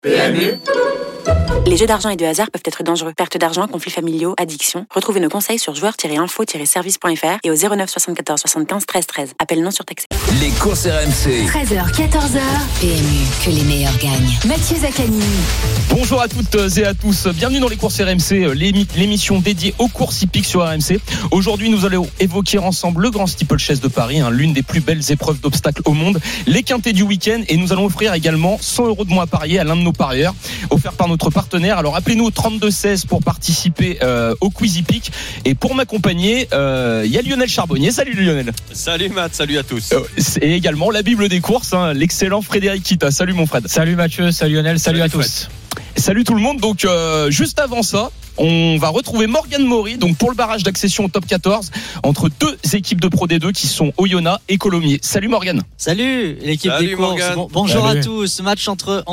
PMU. Les jeux d'argent et de hasard peuvent être dangereux. Perte d'argent, conflits familiaux, addiction. Retrouvez nos conseils sur joueurs-info-service.fr et au 09 74 75 13 13. Appel non surtaxé. Les courses RMC. 13h, 14h. PMU, que les meilleurs gagnent. Mathieu Zaccani. Bonjour à toutes et à tous. Bienvenue dans les courses RMC, l'émission dédiée aux courses hippiques sur RMC. Aujourd'hui, nous allons évoquer ensemble le Grand Steeplechase de Paris, l'une des plus belles épreuves d'obstacles au monde, les quintés du week-end, et nous allons offrir également 100 € de moins à parier à l'un de nos parieurs, offert par notre partenaire. Alors appelez-nous au 32-16 pour participer au quiz hippique. Et pour m'accompagner, il y a Lionel Charbonnier. Salut Lionel. Salut Matt, salut à tous. Et également la Bible des courses, l'excellent Frédéric Kita. Salut mon Fred. Salut Mathieu, salut Lionel, salut à tous. Salut tout le monde. Donc juste avant ça, on va retrouver Morgane Maury, donc pour le barrage d'accession au top 14 entre deux équipes de Pro D2 qui sont Oyonnax et Colomiers. Salut Morgane. Salut l'équipe des courses. Bonjour à tous. Match entre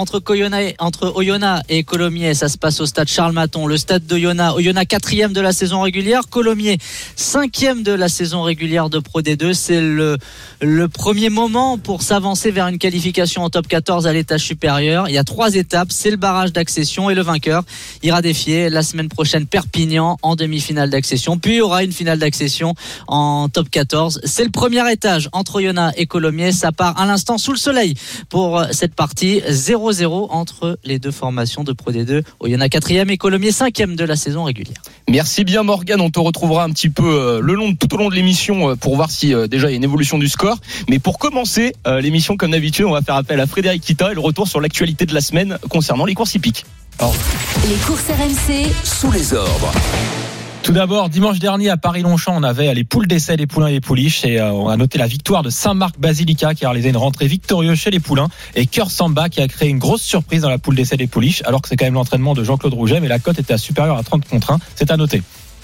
Oyonnax et Colomiers. Ça se passe au stade Charles Maton, le stade d'Oyonnax. Oyonnax 4e de la saison régulière, Colomiers 5e de la saison régulière de Pro D2. C'est le premier moment pour s'avancer vers une qualification en top 14 à l'étage supérieur. Il y a 3 étapes, c'est le barrage d'accession et le vainqueur ira défier la semaine prochaine Perpignan en demi-finale d'accession. Puis il y aura une finale d'accession en top 14. C'est le premier étage entre Oyonnax et Colomiers. Ça part à l'instant sous le soleil pour cette partie. 0-0 entre les deux formations de Pro D2. Oyonnax 4e et Colomiers 5e de la saison régulière. Merci bien Morgane. On te retrouvera un petit peu tout au long de l'émission pour voir si déjà il y a une évolution du score. Mais pour commencer l'émission, comme d'habitude, on va faire appel à Frédéric Kita et le retour sur l'actualité de la semaine concernant les courses hippiques. Les courses RMC Sous les ordres. Tout d'abord, dimanche dernier à Paris-Longchamp, on avait les poules d'essai, les poulains et les pouliches, et on a noté la victoire de Saint-Marc-Basilica qui a réalisé une rentrée victorieuse chez les poulains, et Cœur Samba qui a créé une grosse surprise dans la poule d'essai des pouliches, alors que c'est quand même l'entraînement de Jean-Claude Rouget, mais la cote était supérieure à 30-1, c'est à noter.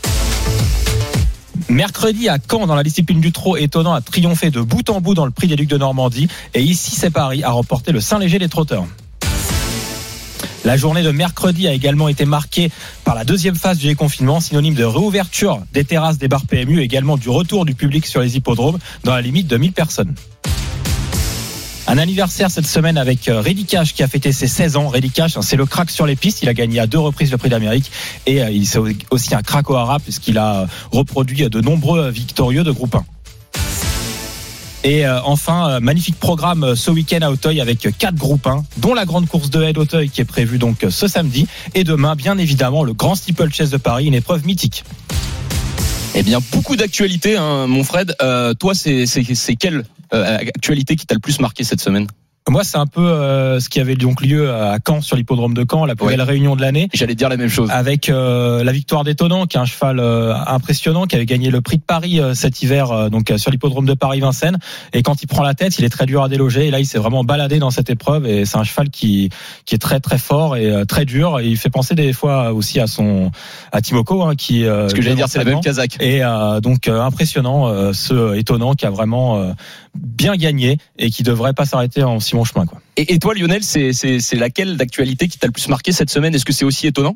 Mercredi à Caen, dans la discipline du trot, Étonnant a triomphé de bout en bout dans le prix des Ducs de Normandie, et ici c'est Paris a remporté le Saint-Léger des trotteurs. La journée de mercredi a également été marquée par la deuxième phase du déconfinement, synonyme de réouverture des terrasses des bars PMU et également du retour du public sur les hippodromes dans la limite de 1000 personnes. Un anniversaire cette semaine avec Reddy Cash qui a fêté ses 16 ans. Reddy Cash, c'est le crack sur les pistes. Il a gagné à 2 reprises le prix d'Amérique et il c'est aussi un crack au hara puisqu'il a reproduit de nombreux victorieux de groupe 1. Et enfin, magnifique programme ce week-end à Auteuil avec 4 groupes 1, dont la grande course de haie d'Auteuil qui est prévue donc ce samedi. Et demain, bien évidemment, le Grand Steeplechase de Paris, une épreuve mythique. Eh bien, beaucoup d'actualités, mon Fred. Toi, c'est quelle actualité qui t'a le plus marqué cette semaine ? Moi, c'est un peu ce qui avait donc lieu à Caen, sur l'hippodrome de Caen, la plus belle réunion de l'année. J'allais dire la même chose. Avec la victoire d'Étonnant, qui est un cheval impressionnant, qui avait gagné le prix de Paris cet hiver, donc sur l'hippodrome de Paris-Vincennes. Et quand il prend la tête, il est très dur à déloger. Et là, il s'est vraiment baladé dans cette épreuve. Et c'est un cheval qui est très très fort et très dur. Et il fait penser des fois aussi à Timoko, qui. Ce que j'allais dire, c'est la même Kazakh. Et donc impressionnant, ce Étonnant qui a vraiment bien gagné et qui devrait pas s'arrêter en si bon chemin, quoi. Et toi Lionel, c'est laquelle d'actualité qui t'a le plus marqué cette semaine ? Est-ce que c'est aussi Étonnant ?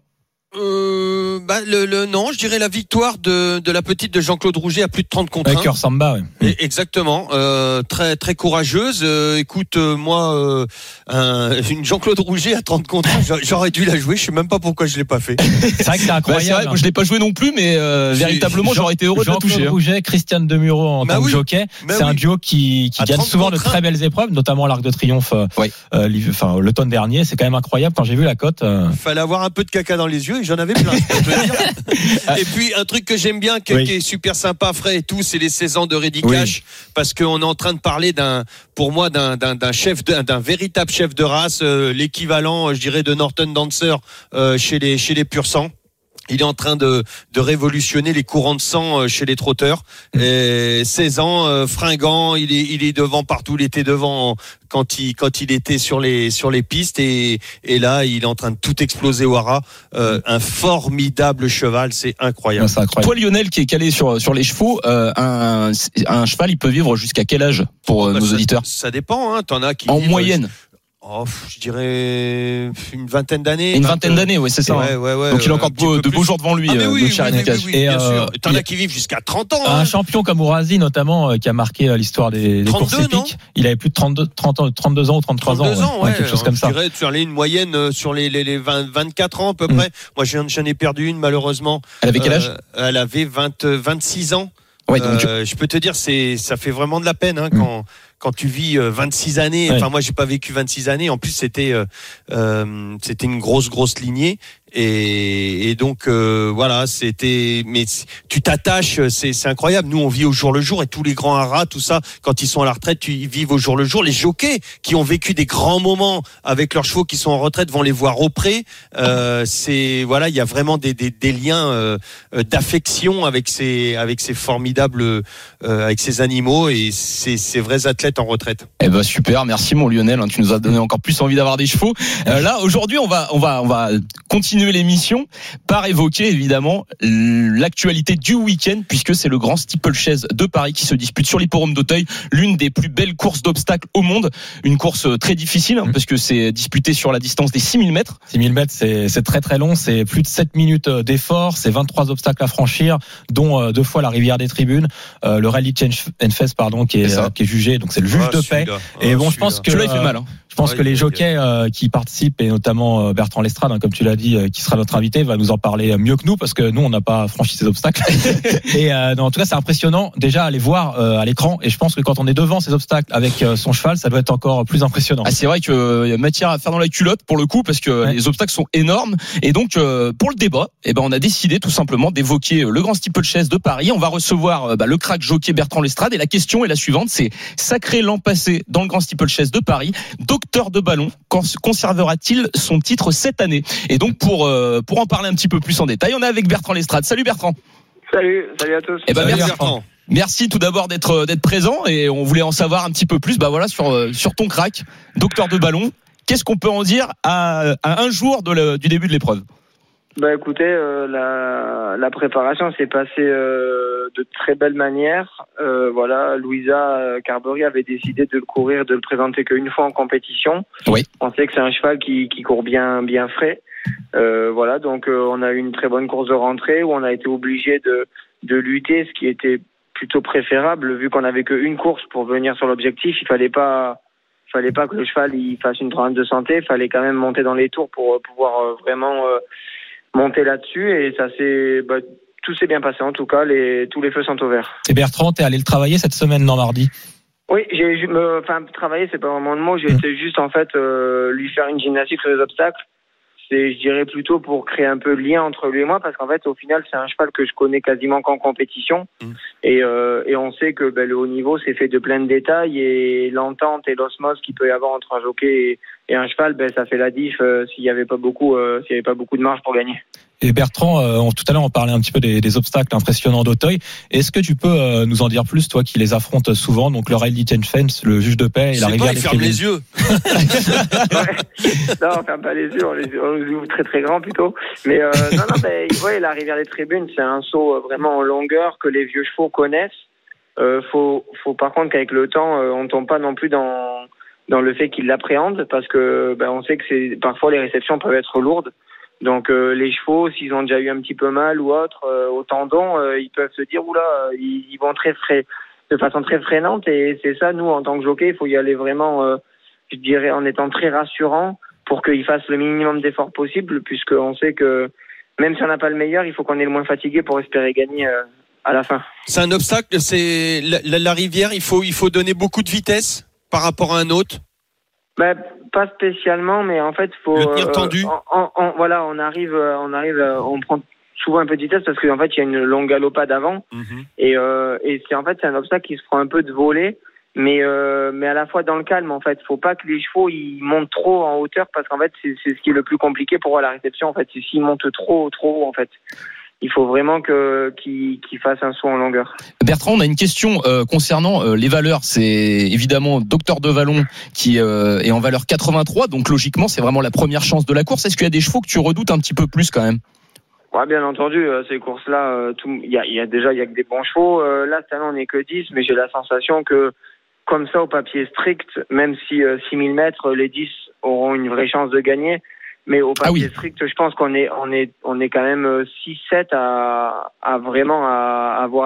Non, je dirais la victoire de la petite de Jean-Claude Rouget à plus de 30 contre 1. Avec Cœur Samba, oui. Exactement, très très courageuse. Moi, une Jean-Claude Rouget à 30 contre 1, j'aurais dû la jouer. Je sais même pas pourquoi je l'ai pas fait. C'est vrai que c'est incroyable. Moi, je l'ai pas joué non plus, mais véritablement, j'aurais été heureux de la toucher. Jean-Claude Rouget, Christiane Demureau en tant que jockey, c'est un duo qui gagne souvent de très belles épreuves, notamment à l'Arc de Triomphe. L'automne dernier, c'est quand même incroyable quand j'ai vu la cote. Fallait avoir un peu de caca dans les yeux et j'en avais plein. Et puis un truc que j'aime bien, qui est super sympa, frais et tout, c'est les 16 ans de Reddy Cash, parce qu'on est en train de parler d'un véritable chef de race, l'équivalent, je dirais, de Norton Dancer chez les pur sang. Il est en train de révolutionner les courants de sang chez les trotteurs. 16 ans, fringant, il est devant partout. Il était devant quand il était sur les pistes et là il est en train de tout exploser au hara. Un formidable cheval, c'est incroyable. C'est incroyable. Toi Lionel qui est calé sur les chevaux, un cheval il peut vivre jusqu'à quel âge pour nos auditeurs ? Ça dépend, hein. T'en as qui en moyenne. Je dirais une vingtaine d'années. Une vingtaine d'années, oui, c'est ça. Ouais. Donc il a encore de beaux jours devant lui, oui, bien sûr. T'en as qui vivent jusqu'à 30 ans. Un champion comme Ourasi, notamment, qui a marqué l'histoire des courses hippiques. Il avait plus de 32 ans ou 33 ans. Ouais, quelque chose comme ça. Je dirais sur une moyenne sur les 24 ans à peu près. Moi, j'en ai perdu une, malheureusement. Elle avait quel âge? Elle avait 26 ans. Ouais, donc je peux te dire, ça fait vraiment de la peine quand tu vis 26 années. Enfin, moi, j'ai pas vécu 26 années. En plus, c'était une grosse lignée. Et donc voilà, mais tu t'attaches, c'est incroyable. Nous, on vit au jour le jour, et tous les grands haras, tout ça, quand ils sont à la retraite, ils vivent au jour le jour. Les jockeys qui ont vécu des grands moments avec leurs chevaux qui sont en retraite vont les voir auprès. Il y a vraiment des liens d'affection avec ces formidables avec ces animaux et ces vrais athlètes en retraite. Eh ben super, merci mon Lionel, tu nous as donné encore plus envie d'avoir des chevaux. Là aujourd'hui, on va continuer l'émission par évoquer évidemment l'actualité du week-end, puisque c'est le grand steeplechase de Paris qui se dispute sur l'hippodrome d'Auteuil, l'une des plus belles courses d'obstacles au monde, une course très difficile parce que c'est disputé sur la distance des 6000 mètres. 6000 mètres, c'est très très long, c'est plus de 7 minutes d'effort, c'est 23 obstacles à franchir, dont 2 fois la rivière des tribunes, le rallye Change and Fest, qui est jugé, donc c'est le juge de paix. Et bon, je pense que celui-là il fait mal. Je pense que les jockeys qui participent, et notamment Bertrand Lestrade, comme tu l'as dit, qui sera notre invité, va nous en parler mieux que nous, parce que nous, on n'a pas franchi ces obstacles. Et en tout cas, c'est impressionnant déjà à les voir à l'écran. Et je pense que quand on est devant ces obstacles avec son cheval, ça doit être encore plus impressionnant. C'est vrai qu'il y a matière à faire dans la culotte pour le coup, parce que les obstacles sont énormes. Et donc, pour le débat, on a décidé tout simplement d'évoquer le grand steeplechase de Paris. On va recevoir le crack jockey Bertrand Lestrade. Et la question est la suivante, c'est: sacré l'an passé dans le grand steeplechase de Paris, Docteur de Ballon conservera-t-il son titre cette année? Et donc pour en parler un petit peu plus en détail, on est avec Bertrand Lestrade. Salut Bertrand. Salut à tous. Salut merci Bertrand. Merci tout d'abord d'être présent, et on voulait en savoir un petit peu plus sur ton crack, Docteur de Ballon. Qu'est-ce qu'on peut en dire à un jour du début de l'épreuve? Écoutez, la préparation s'est passée de très belle manière. Louisa Carberry avait décidé de le présenter qu'une fois en compétition. Oui. On sait que c'est un cheval qui court bien frais. Donc on a eu une très bonne course de rentrée où on a été obligé de lutter, ce qui était plutôt préférable vu qu'on n'avait qu'une course pour venir sur l'objectif. Il fallait pas que le cheval il fasse une trentaine de santé. Il fallait quand même monter dans les tours pour pouvoir vraiment monter là-dessus, et ça tout s'est bien passé en tout cas. Tous les feux sont au vert. Et Bertrand, t'es allé le travailler cette semaine, non, mardi? Oui, travailler, c'est pas vraiment le mot. J'ai été juste lui faire une gymnastique sur les obstacles. C'est, je dirais, plutôt pour créer un peu de lien entre lui et moi, parce qu'en fait, au final, c'est un cheval que je connais quasiment qu'en compétition. Et on sait que le haut niveau, c'est fait de plein de détails, et l'entente et l'osmose qu'il peut y avoir entre un jockey et un cheval, ça fait la diff s'il y avait pas beaucoup de marge pour gagner. Et Bertrand, tout à l'heure on parlait un petit peu des obstacles impressionnants d'Auteuil. Est-ce que tu peux nous en dire plus, toi qui les affrontes souvent, donc le rallye Change Fence, le juge de paix et la rivière des ferme les yeux. Non, on ferme pas les yeux, on les ouvre très très grand plutôt. Mais la rivière des tribunes, c'est un saut vraiment en longueur que les vieux chevaux connaissent. Faut par contre qu'avec le temps, on tombe pas non plus dans le fait qu'ils l'appréhendent, parce que on sait que parfois les réceptions peuvent être lourdes. Donc les chevaux, s'ils ont déjà eu un petit peu mal ou autre au tendon, ils peuvent se dire ils vont très frais, de façon très freinante, et c'est ça, nous en tant que jockey, il faut y aller vraiment, je dirais, en étant très rassurant pour qu'ils fassent le minimum d'efforts possible, puisqu'on sait que même si on n'a pas le meilleur, il faut qu'on ait le moins fatigué pour espérer gagner à la fin. C'est un obstacle, c'est la rivière, il faut donner beaucoup de vitesse par rapport à un autre. Pas spécialement, mais en fait, faut. Le tenir tendu. On prend souvent un peu de vitesse parce qu'en fait, il y a une longue galopade avant, et c'est un obstacle qui se prend un peu de voler, mais à la fois dans le calme. En fait, faut pas que les chevaux ils montent trop en hauteur, parce qu'en fait, c'est ce qui est le plus compliqué pour la réception. En fait, c'est s'ils montent trop haut, en fait. Il faut vraiment qu'il fasse un saut en longueur. Bertrand, on a une question concernant les valeurs. C'est évidemment Docteur de Ballon qui est en valeur 83, donc logiquement c'est vraiment la première chance de la course. Est-ce qu'il y a des chevaux que tu redoutes un petit peu plus quand même? Ouais, bien entendu, ces courses-là, il y a que des bons chevaux. Là, cette année, on n'est que 10, mais j'ai la sensation que, comme ça, au papier strict, même si 6000 mètres, les 10 auront une vraie chance de gagner. Mais au papier strict, je pense qu'on est quand même 6-7 à vraiment à avoir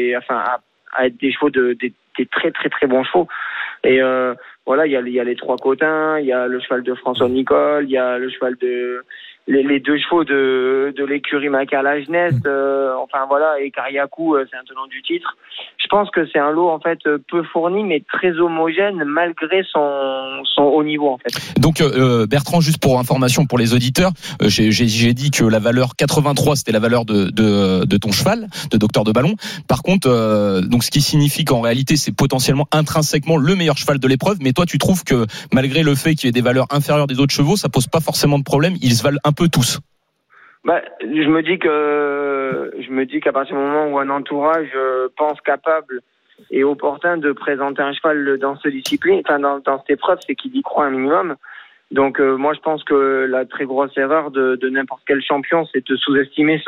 à être des chevaux des très très très bons chevaux. Et voilà, il y a les 3 Cotins, il y a le cheval de François Nicole, il y a le cheval de les 2 chevaux de l'écurie Macar la Jeunesse, et Kariakou, c'est un tenant du titre. Je pense que c'est un lot en fait peu fourni mais très homogène malgré son haut niveau en fait. Donc Bertrand, juste pour information pour les auditeurs, j'ai dit que la valeur 83 c'était la valeur de ton cheval, de Docteur de Ballon. Par contre, donc ce qui signifie qu'en réalité c'est potentiellement intrinsèquement le meilleur cheval de l'épreuve, mais toi tu trouves que malgré le fait qu'il y ait des valeurs inférieures des autres chevaux, ça pose pas forcément de problème, ils se valent un peu tous. Je me dis qu'à partir du moment où un entourage pense capable et opportun de présenter un cheval dans cette discipline, dans cette épreuve, c'est qu'il y croit un minimum. Donc moi je pense que la très grosse erreur de n'importe quel champion, c'est de sous-estimer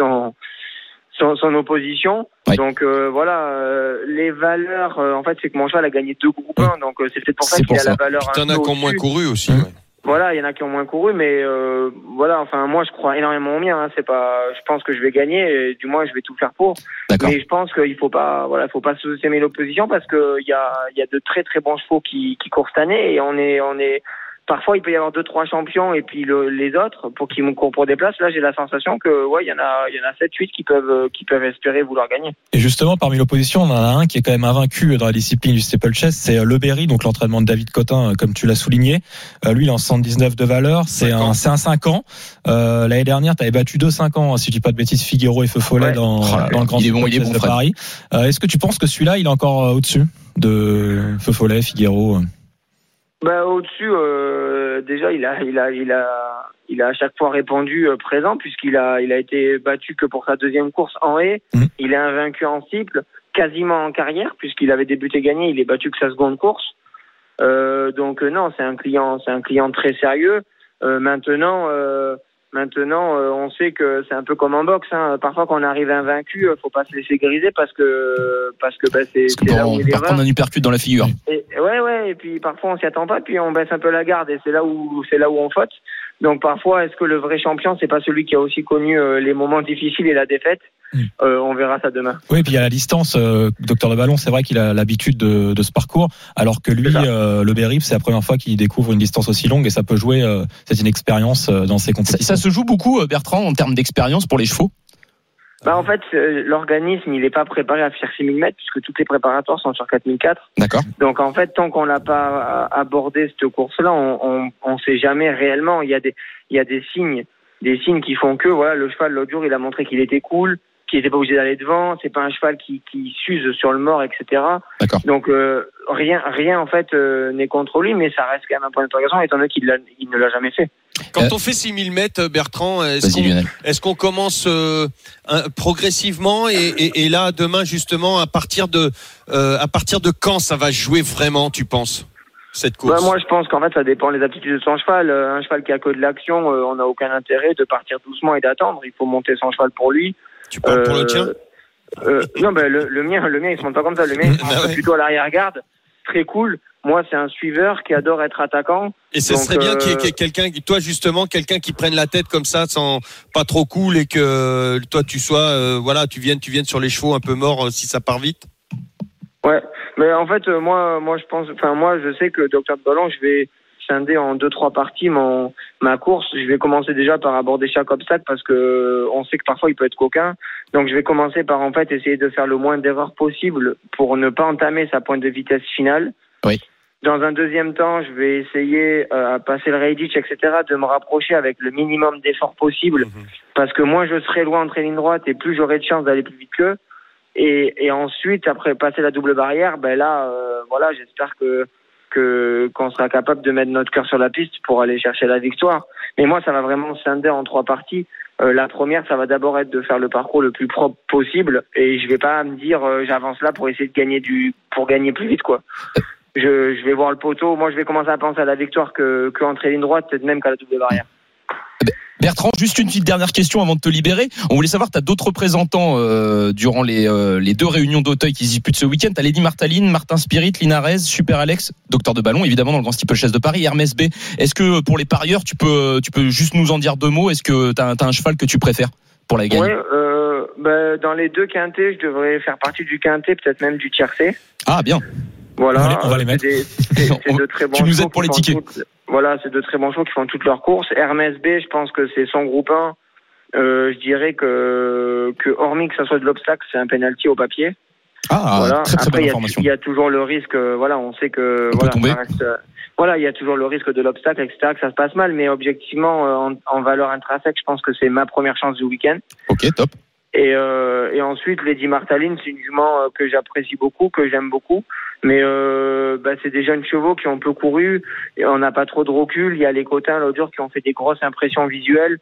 son opposition. Oui. Donc les valeurs, en fait, c'est que mon cheval a gagné 2 groupes 1, donc c'est peut-être pour ça qu'il a la valeur. Il y en a qui ont moins couru aussi. Ouais. Voilà, il y en a qui ont moins couru, mais moi je crois énormément au mien. Je pense que je vais gagner, et du moins je vais tout faire pour. D'accord. Mais je pense qu'il faut pas sous-estimer l'opposition parce que il y a de très très bons chevaux qui courent cette année et on est parfois il peut y avoir 2-3 champions et puis les autres pour qui courent pour des places. Là, j'ai la sensation que il y en a 7-8 qui peuvent espérer vouloir gagner. Et justement, parmi l'opposition, on en a un qui est quand même invaincu dans la discipline du steeplechase, c'est Le Berry, donc l'entraînement de David Cotin, comme tu l'as souligné. Lui, il est en 79 de valeur, c'est un 5 ans. L'année dernière, tu avais battu 2-5 ans, si je dis pas de bêtises, Figaro et Feu Follet dans le grand steeplechase de Paris. Est-ce que tu penses que celui-là, il est encore au-dessus de Feu Follet, Figaro? Au-dessus, déjà il a à chaque fois répondu présent puisqu'il a été battu que pour sa 2e course en haie. Il est invaincu en cycle, quasiment en carrière puisqu'il avait débuté gagné, il est battu que sa 2e course. Donc non, c'est un client très sérieux. Maintenant, on sait que c'est un peu comme en boxe. Parfois, quand on arrive invaincu, faut pas se laisser griser parce que c'est là où il est. Par contre, on a une percute dans la figure. Et puis parfois on s'y attend pas, puis on baisse un peu la garde et c'est là où on faute. Donc parfois, est-ce que le vrai champion, c'est pas celui qui a aussi connu les moments difficiles et la défaite? On verra ça demain. Oui, puis il y a la distance. Docteur de Ballon, c'est vrai qu'il a l'habitude de ce parcours, alors que lui, Le Berry, c'est la première fois qu'il découvre une distance aussi longue et ça peut jouer. C'est une expérience dans ses compétitions. Ça se joue beaucoup, Bertrand, en termes d'expérience pour les chevaux. En fait, l'organisme, il n'est pas préparé à faire 6000 mètres puisque toutes les préparatoires sont sur 4004. D'accord. Donc, en fait, tant qu'on l'a pas abordé cette course-là, on sait jamais réellement. Il y a des signes qui font que, le cheval, l'autre jour, il a montré qu'il était cool, qu'il était pas obligé d'aller devant. C'est pas un cheval qui s'use sur le mort, etc. D'accord. Donc, rien, en fait, n'est contre lui, mais ça reste quand même un point d'interrogation étant donné qu'il ne l'a jamais fait. Quand on fait 6000 mètres, Bertrand, est-ce qu'on commence progressivement et là demain justement à partir de quand ça va jouer vraiment, tu penses, cette course? Moi je pense qu'en fait ça dépend des aptitudes de son cheval. Un cheval qui a que de l'action, on n'a aucun intérêt de partir doucement et d'attendre. Il faut monter son cheval pour lui. Tu parles pour le tien? Non, le mien il se monte pas comme ça. Le mien il se monte plutôt à l'arrière-garde. Très cool. Moi, c'est un suiveur qui adore être attaquant. Et ce serait bien qu'il y ait quelqu'un qui prenne la tête comme ça, sans pas trop cool, et que toi tu sois, tu viennes sur les chevaux un peu morts si ça part vite. Ouais, mais en fait, moi, je sais que Docteur de Ballon, je vais scinder en 2-3 parties ma course. Je vais commencer déjà par aborder chaque obstacle parce que on sait que parfois il peut être coquin. Donc, je vais commencer par en fait essayer de faire le moins d'erreurs possible pour ne pas entamer sa pointe de vitesse finale. Oui. Dans un deuxième temps, je vais essayer à passer le Redditch, etc., de me rapprocher avec le minimum d'efforts possible, parce que moins je serai loin entre ligne droite et plus j'aurai de chance d'aller plus vite qu'eux. Et ensuite, après passer la double barrière, j'espère qu'on sera capable de mettre notre cœur sur la piste pour aller chercher la victoire. Mais moi, ça va vraiment scinder en 3 parties. La première, ça va d'abord être de faire le parcours le plus propre possible, et je vais pas me dire j'avance là pour essayer de gagner pour gagner plus vite, quoi. Je vais voir le poteau. Moi, je vais commencer à penser à la victoire que entre ligne droite, peut-être même qu'à la double barrière. Bertrand, juste une petite dernière question avant de te libérer. On voulait savoir, tu as d'autres représentants durant les 2 réunions d'Auteuil qui se disputent ce week-end. Tu as Lady Martaline, Martin Spirit, Linares, Super Alex, Docteur de Ballon, évidemment dans le Grand Steeplechase de Paris, Hermès B. Est-ce que pour les parieurs, tu peux juste nous en dire 2 mots? Est-ce que tu as un cheval que tu préfères pour la gagne? Dans les 2 quintés, je devrais faire partie du quintet, peut-être même du tiercé. Ah, bien. Voilà, on va les mettre. C'est de très bons tu nous chevaux aides pour les tickets. Voilà, c'est de très bons chevaux qui font toutes leurs courses. Hermès B, je pense que c'est son groupe 1. Je dirais que hormis que ça soit de l'obstacle, c'est un penalty au papier. Ah, voilà. très Après, bonne information. Il y a toujours le risque, on sait que peut tomber. ça reste, il y a toujours le risque de l'obstacle, etc., que ça se passe mal. Mais objectivement, en valeur intrinsèque, je pense que c'est ma première chance du week-end. Ok, top. Et ensuite, Lady Martaline, c'est une jument que j'apprécie beaucoup, que j'aime beaucoup. Mais c'est des jeunes chevaux qui ont peu couru. Et on n'a pas trop de recul. Il y a les Cotins l'autre jour qui ont fait des grosses impressions visuelles.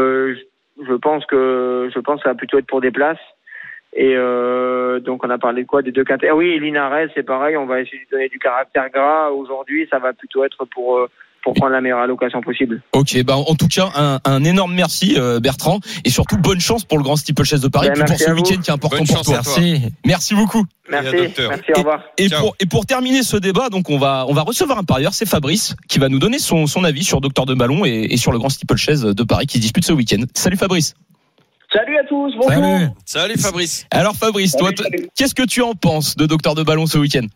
Je pense que ça va plutôt être pour des places. Et donc on a parlé de quoi, des 2 quintets. Ah oui, Linares, c'est pareil. On va essayer de lui donner du caractère gras. Aujourd'hui, ça va plutôt être pour prendre la meilleure allocation possible. Ok, en tout cas, un énorme merci Bertrand, et surtout bonne chance pour le Grand Steeplechase de Paris, pour ce week-end qui est important bonne pour toi. Merci beaucoup. Merci, au revoir. Et pour terminer ce débat, donc on va recevoir un parieur, c'est Fabrice, qui va nous donner son avis sur Docteur de Ballon et sur le Grand Steeplechase de Paris qui se dispute ce week-end. Salut Fabrice. Salut à tous, bonjour. Salut Fabrice. Alors Fabrice, toi, qu'est-ce que tu en penses de Docteur de Ballon ce week-end?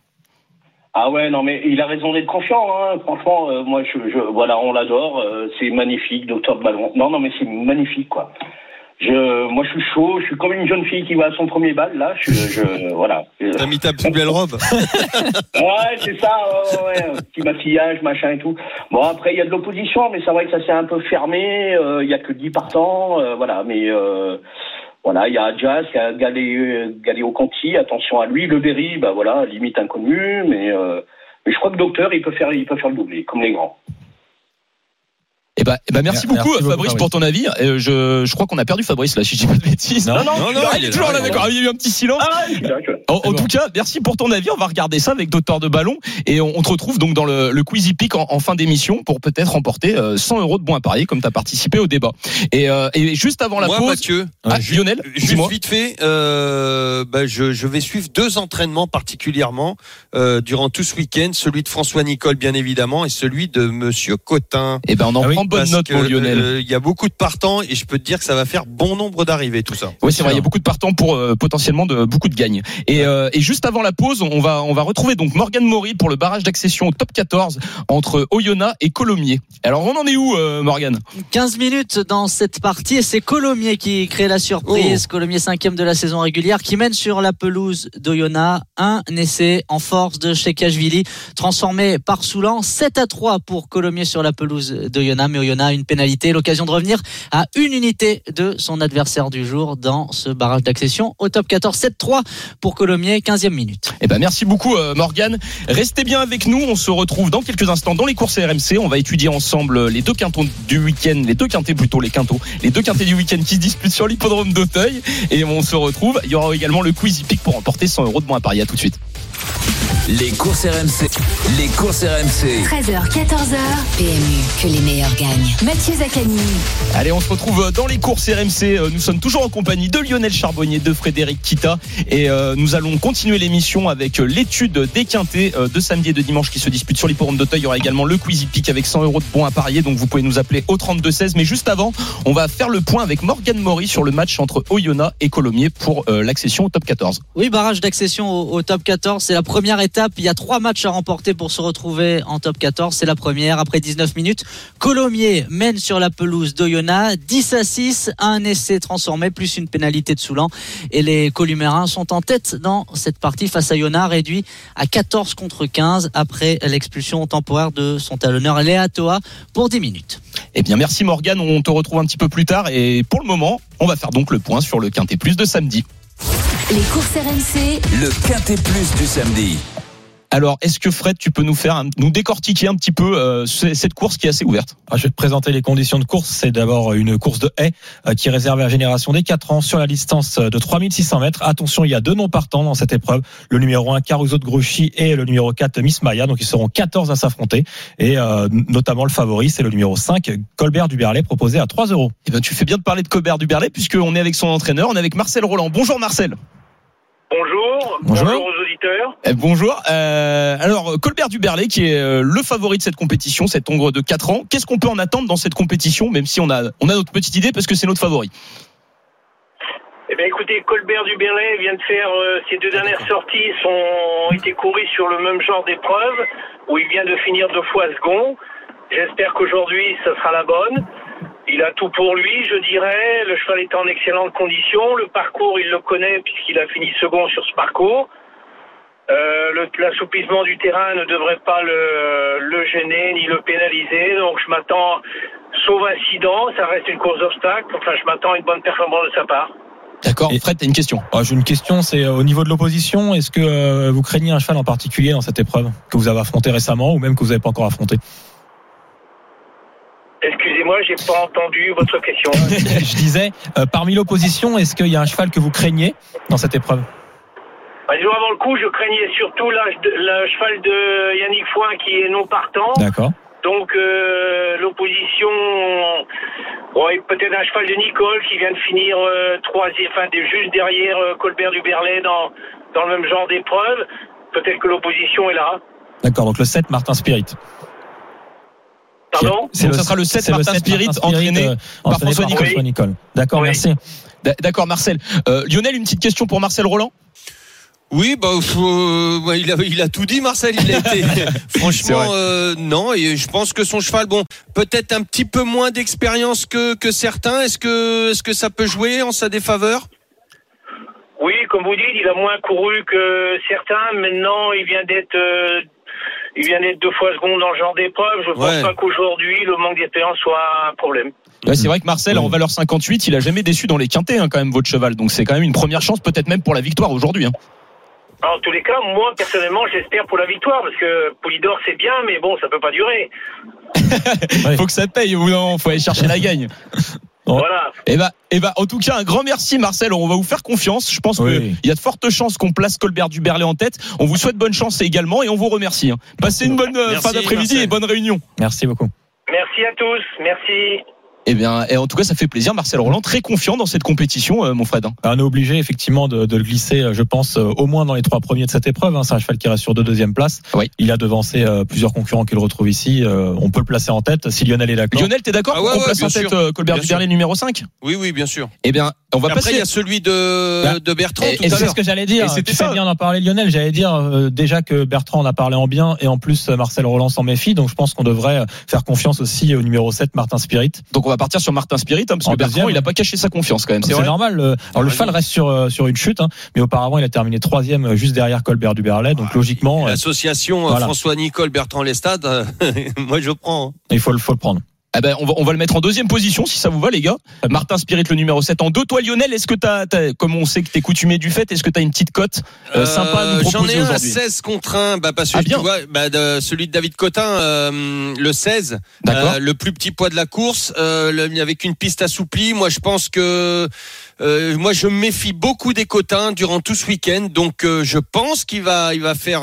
Ah ouais, non mais il a raison d'être confiant, hein. Franchement, moi on l'adore, c'est magnifique, Docteur de Ballon. Non mais c'est magnifique quoi. Moi je suis chaud, je suis comme une jeune fille qui va à son premier bal là, voilà. T'as mis ta plus belle robe. Ouais, c'est ça, ouais, petit maquillage, machin et tout. Bon après il y a de l'opposition, mais c'est vrai que ça s'est un peu fermé, il y a que 10 partants, voilà, mais voilà, il y a Jazz, il y a Galéo Conti, attention à lui, Le Berry, limite inconnu, mais je crois que Docteur, il peut faire le doublé, comme les grands. Merci beaucoup Fabrice pour ton avis. Je crois qu'on a perdu Fabrice là, si je dis pas de bêtises. Non, il est toujours là, d'accord. Il y a eu un petit silence. En tout cas, merci pour ton avis. On va regarder ça avec Docteur de Ballon et on te retrouve donc dans le Quizy Peak en fin d'émission pour peut-être remporter 100 € de bons à parier comme tu as participé au débat. Et juste avant la pause, Mathieu, Lionel, juste vite fait, je vais suivre 2 entraînements particulièrement durant tout ce week-end, celui de François Nicole bien évidemment et celui de Monsieur Cotin. Et on en prend bonne note pour Lionel. Il y a beaucoup de partants et je peux te dire que ça va faire bon nombre d'arrivées tout ça. Oui, c'est vrai, il y a beaucoup de partants pour potentiellement beaucoup de gagnes. Et juste avant la pause, on va retrouver donc Morgane Maury pour le barrage d'accession au top 14 entre Oyonnax et Colomiers. Alors on en est où Morgane? 15 minutes dans cette partie et c'est Colomiers qui crée la surprise. Colomiers 5e de la saison régulière qui mène sur la pelouse d'Oyonnax. Un essai en force de Chekashvili transformé par Soulan. 7-3 pour Colomiers sur la pelouse d'Oyonnax, mais Oyonnax a une pénalité, l'occasion de revenir à 1 unité de son adversaire du jour dans ce barrage d'accession au top 14. 7-3 pour Colomiers, 15e minute. Merci beaucoup Morgane. Restez bien avec nous, on se retrouve dans quelques instants dans les courses RMC. On va étudier ensemble les 2 quintons du week-end, les 2 quintés du week-end qui se disputent sur l'hippodrome d'Auteuil. Et on se retrouve, il y aura également le Quizy Peak pour remporter 100 € de bons à parier. À tout de suite. Les courses RMC. 13h, 14h. PMU, que les meilleurs gagnent. Mathieu Zaccani. Allez, on se retrouve dans les courses RMC. Nous sommes toujours en compagnie de Lionel Charbonnier, de Frédéric Kita. Et nous allons continuer l'émission avec l'étude des quintés de samedi et de dimanche qui se disputent sur l'hippodrome d'Auteuil. Il y aura également le Quizy Peak avec 100 € de bons à parier. Donc vous pouvez nous appeler au 32-16. Mais juste avant, on va faire le point avec Morgane Maury sur le match entre Oyonnax et Colomiers pour l'accession au top 14. Oui, barrage d'accession au top 14. C'est la première étape. Il y a 3 matchs à remporter pour se retrouver en top 14. C'est la première. Après 19 minutes, Colomiers mène sur la pelouse d'Oyonnax 10-6, un essai transformé plus une pénalité de Soulan. Et les Columérins sont en tête dans cette partie face à Oyonnax, réduit à 14-15 après l'expulsion temporaire de son talonneur Léa Toa pour 10 minutes. Merci Morgane, on te retrouve un petit peu plus tard. Et pour le moment, on va faire donc le point sur le Quintet Plus de samedi. Les courses RMC. Le Quintet Plus du samedi. Alors, est-ce que Fred, tu peux nous décortiquer un petit peu cette course qui est assez ouverte? Je vais te présenter les conditions de course. C'est d'abord une course de haies qui est réservée à la génération des 4 ans sur la distance de 3600 mètres. Attention, il y a 2 non partants dans cette épreuve. Le numéro 1, Caruso de Grouchy, et le numéro 4, Miss Maya. Donc, ils seront 14 à s'affronter. Et notamment, le favori, c'est le numéro 5, Colbert Duberlet, proposé à 3 €. Eh ben, tu fais bien de parler de Colbert Duberlet puisqu'on est avec son entraîneur. On est avec Marcel Roland. Bonjour Marcel. Bonjour aux auditeurs. Bonjour. Alors, Colbert Duberlet, qui est le favori de cette compétition, cet Hongre de 4 ans. Qu'est-ce qu'on peut en attendre dans cette compétition, même si on a notre petite idée parce que c'est notre favori? Eh bien, écoutez, Colbert Duberlet vient de faire ses 2 dernières sorties ont été courues sur le même genre d'épreuve où il vient de finir 2 fois second. J'espère qu'aujourd'hui, ça sera la bonne. Il a tout pour lui, je dirais. Le cheval est en excellente condition. Le parcours, il le connaît puisqu'il a fini second sur ce parcours. L'assouplissement du terrain ne devrait pas le gêner ni le pénaliser. Donc je m'attends, sauf incident, ça reste une course d'obstacles. Enfin, je m'attends à une bonne performance de sa part. D'accord. Fred, t'as une question? J'ai une question, c'est au niveau de l'opposition. Est-ce que vous craignez un cheval en particulier dans cette épreuve que vous avez affronté récemment ou même que vous n'avez pas encore affronté? Excusez-moi, j'ai pas entendu votre question. Je disais, parmi l'opposition, est-ce qu'il y a un cheval que vous craignez dans cette épreuve? Disons, avant le coup, je craignais surtout le cheval de Yannick Foin qui est non partant. D'accord. Donc l'opposition, peut-être un cheval de Nicole qui vient de finir juste derrière Colbert Duberlet dans le même genre d'épreuve. Peut-être que l'opposition est là. D'accord, donc le 7 Martin Spirit. Pardon? Ça sera le 7 Martin Spirit entraîné par François Nicole. D'accord, oui. Merci. D'accord, Marcel. Lionel, une petite question pour Marcel Roland? Oui, il a tout dit, Marcel. Il a été, franchement, non. Et je pense que son cheval, peut-être un petit peu moins d'expérience que certains. Est-ce que ça peut jouer en sa défaveur? Oui, comme vous dites, il a moins couru que certains. Maintenant, il vient d'être 2 fois second dans ce genre d'épreuve. Je pense pas qu'aujourd'hui, le manque d'expérience soit un problème. Ouais, c'est vrai que Marcel, en valeur 58, il a jamais déçu dans les quintés, quand même, votre cheval. Donc c'est quand même une première chance, peut-être même pour la victoire aujourd'hui. En tous les cas, moi, personnellement, j'espère pour la victoire, parce que Poulidor, c'est bien, mais bon, ça peut pas durer. Faut que ça paye, ou non, faut aller chercher la gagne. Voilà. Et bah, en tout cas, un grand merci, Marcel. On va vous faire confiance. Je pense qu'il y a de fortes chances qu'on place Colbert Duberlet en tête. On vous souhaite bonne chance également et on vous remercie. Passez une bonne fin d'après-midi, Marcel, et bonne réunion. Merci beaucoup. Merci à tous. Merci. Eh bien, et en tout cas, ça fait plaisir. Marcel Roland, très confiant dans cette compétition, mon Fred. On est obligé, effectivement, de le glisser, je pense, au moins dans les 3 premiers de cette épreuve. C'est un cheval qui reste sur 2 deuxième places. Oui. Il a devancé plusieurs concurrents qu'il retrouve ici. On peut le placer en tête si Lionel est d'accord. Lionel, t'es d'accord pour qu'on place en tête Colbert Duberlet numéro 5? Oui, bien sûr. Eh bien, on va passer. Après, il y a celui de Bertrand tout à l'heure. C'est ce que j'allais dire. C'était ça. Bien d'en parler, Lionel. J'allais dire déjà que Bertrand en a parlé en bien et en plus Marcel Roland s'en méfie. Donc je pense qu'on devrait faire confiance aussi au numéro 7 Martin Spirit. Donc on va partir sur Martin Spirit, parce que Bertrand, il n'a pas caché sa confiance quand même. C'est normal. Alors le cheval reste sur une chute, mais auparavant il a terminé 3e juste derrière Colbert Duberlet. Donc logiquement, l'association François Nicole Bertrand Lestade, moi je prends. Il faut le prendre. Eh ben, on va le mettre en 2e position, si ça vous va, les gars. Martin Spirit, le numéro 7 en 2. Toi, Lionel, est-ce que t'as, comme on sait que t'es coutumier du fait, est-ce que t'as une petite cote sympa à nous proposer aujourd'hui? J'en ai un 16 contre 1, parce que tu vois, celui de David Cotin, le 16, le plus petit poids de la course, avec une piste assouplie. Moi, je pense que je me méfie beaucoup des Cotins durant tout ce week-end, donc je pense qu'il va faire